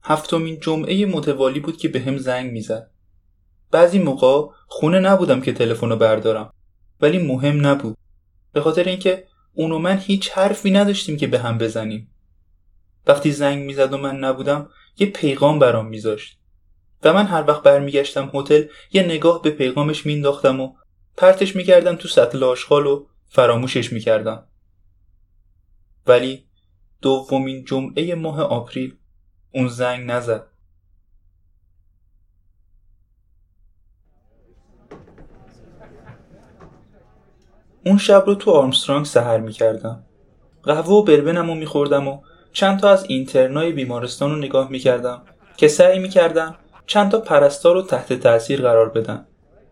7مین جمعه متوالی بود که بهم زنگ میزد. بعضی موقع خونه نبودم که تلفنو بردارم، ولی مهم نبود، به خاطر اینکه اون و من هیچ حرفی نداشتیم که به هم بزنیم. وقتی زنگ میزد و من نبودم یه پیغام برام میذاشت و من هر وقت برمیگشتم هتل یه نگاه به پیغامش مینداختم و پرتش میکردم تو سطل آشغال و فراموشش میکردم. ولی 2مین جمعه ماه آپریل اون زنگ نزد. اون شب رو تو آرمسترانگ سحر میکردم. قهوه و بربنمو میخوردم و چند تا از اینترنای بیمارستان رو نگاه میکردم که سعی میکردن چند تا پرستار رو تحت تأثیر قرار بدن.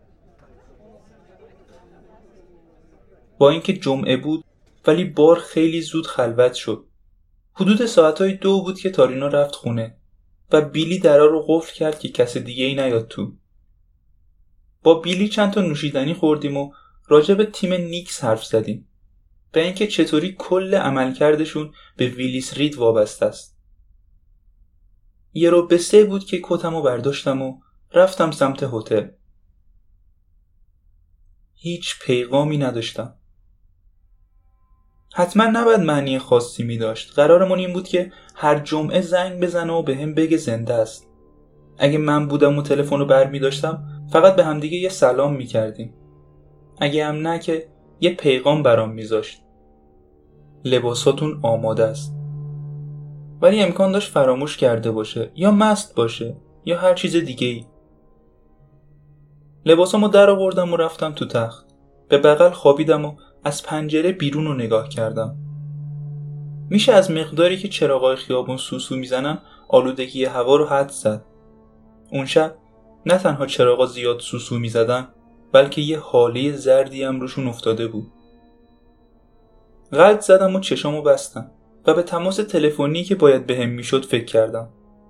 با اینکه جمعه بود ولی بار خیلی زود خلوت شد. حدود ساعتهای 2 بود که تارینا رفت خونه و بیلی درا رو قفل کرد که کس دیگه ای نیاد تو. با بیلی چند تا نوشیدنی خوردیم و راجع به تیم نیکس حرف زدیم، به اینکه چطوری کل عملکردشون به ویلیس رید وابسته است. 1:03 بود که کتمو برداشتم و رفتم سمت هتل. هیچ پیغامی نداشتم. حتما نباید معنی خاصی می داشت. قرارمون این بود که هر جمعه زنگ بزنه و به هم بگه زنده است. اگه من بودم و تلفنو برمی داشتم فقط به همدیگه یه سلام می کردیم. اگه هم نه که یه پیغام برام می زاشت. لباساتون آماده است. ولی امکان داشت فراموش کرده باشه یا مست باشه یا هر چیز دیگه ای. لباسامو در آوردم و رفتم تو تخت. به بغل خوابیدم و از پنجره بیرون رو نگاه کردم. میشه از مقداری که چراغای خیابون سوسو میزنن آلودگی هوا رو حدس زد. اون شب نه تنها چراغا زیاد سوسو میزدن بلکه یه حاله زردی هم روشون افتاده بود. قلط زدم و چشامو بستم و به تماس تلفنی که باید بهم میشد فکر کردم.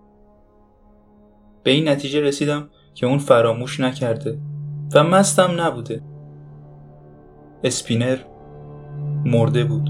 به این نتیجه رسیدم که اون فراموش نکرده و مستم نبوده. اسپینر مرده بود.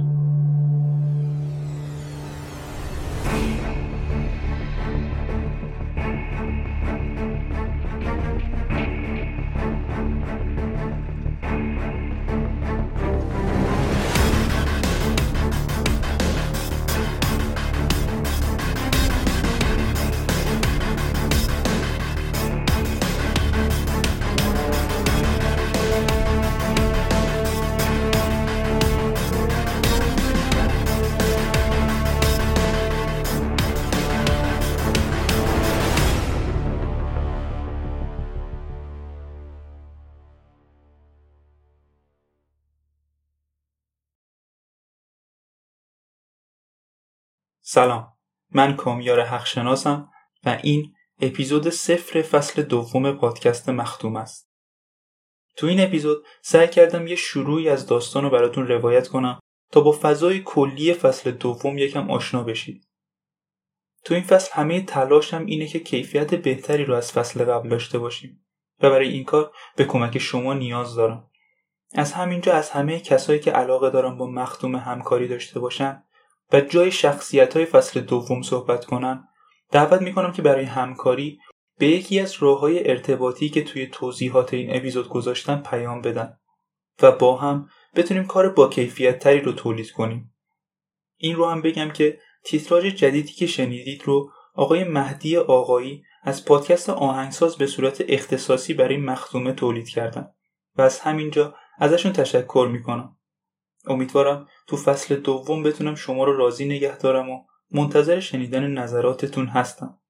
سلام، من کامیار حقشناسم و این اپیزود 0 فصل 2 پادکست مختوم است. تو این اپیزود سعی کردم یه شروعی از داستان رو براتون روایت کنم تا با فضای کلی فصل 2 یکم آشنا بشید. تو این فصل همه تلاشم اینه که کیفیت بهتری رو از فصل قبل داشته باشیم و برای این کار به کمک شما نیاز دارم. از همینجا از همه کسایی که علاقه دارن با مختوم همکاری داشته باشن و جای شخصیت‌های فصل 2 صحبت کنن دعوت میکنم که برای همکاری به یکی از راه‌های ارتباطی که توی توضیحات این اپیزود گذاشتم پیام بدن و با هم بتونیم کار با کیفیت تری رو تولید کنیم. این رو هم بگم که تیتراژ جدیدی که شنیدید رو آقای مهدی آقایی از پادکست آهنگساز به صورت اختصاصی برای مختومه تولید کردن و از همینجا ازشون تشکر میکنم. امیدوارم تو فصل 2 بتونم شما رو راضی نگه دارم و منتظر شنیدن نظراتتون هستم.